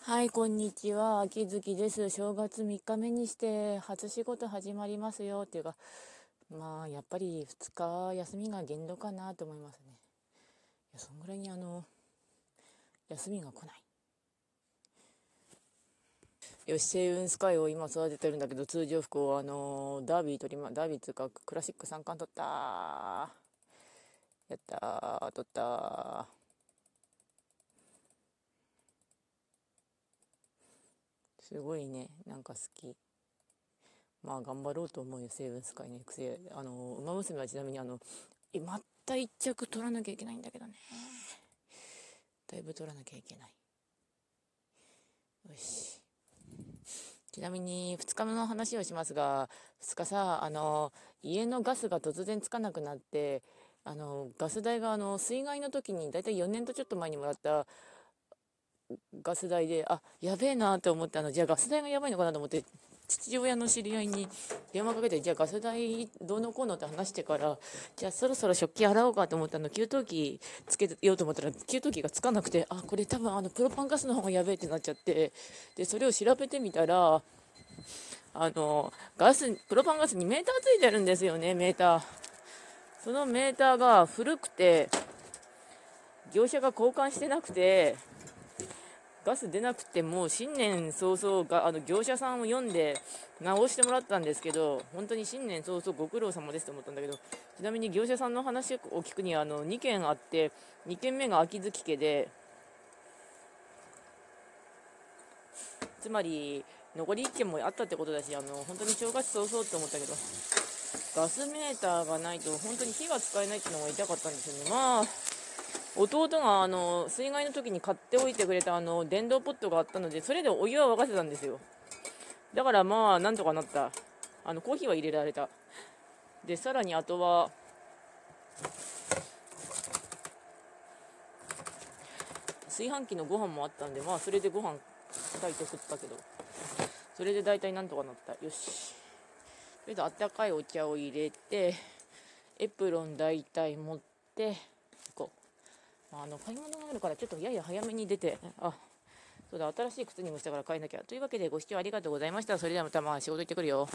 はい、こんにちは。秋月です。正月3日目にして初仕事始まりますよっていうか、やっぱり2日休みが限度かなと思いますね。そんぐらいに休みが来ない。よし、星雲スカイを今育ててるんだけど、通常服をダービーっていうかクラシック3冠取った。やったー、取ったー。すごいね、なんか好き。頑張ろうと思うよ、セーブンスカイの育成。馬娘はちなみにまた1着取らなきゃいけないんだけどね。だいぶ取らなきゃいけない。よし。ちなみに2日目の話をしますが、2日さ、家のガスが突然つかなくなって、ガス代が水害の時にだいたい4年とちょっと前にもらったガス代で、やべえなって思って、じゃあガス代がやばいのかなと思って、父親の知り合いに電話かけて、じゃあガス代どうのこうのって話してから、じゃあそろそろ食器洗おうかと思って給湯器つけようと思ったら、給湯器がつかなくて、これ多分プロパンガスの方がやべえってなっちゃって、で、それを調べてみたら、プロパンガスにメーターついてるんですよね、メーター。そのメーターが古くて、業者が交換してなくて、ガス出なくても新年早々が業者さんを読んで直してもらったんですけど、本当に新年早々ご苦労様ですと思ったんだけど、ちなみに業者さんの話を聞くには2件あって、2件目が秋月家で、つまり残り1件もあったってことだし、本当に正月早々って思ったけど、ガスメーターがないと本当に火が使えないっていうのが痛かったんですよね。弟が水害の時に買っておいてくれた電動ポットがあったので、それでお湯は沸かせたんですよ。だからなんとかなった。コーヒーは入れられた。で、さらにあとは炊飯器のご飯もあったんで、それでご飯炊いて食ったけど、それで大体なんとかなった。よし。それであったかいお茶を入れて、エプロン大体持って行こう。買い物があるからちょっとやや早めに出て、そうだ、新しい靴にもしたから買えなきゃ。というわけでご視聴ありがとうございました。それではまた仕事行ってくるよ。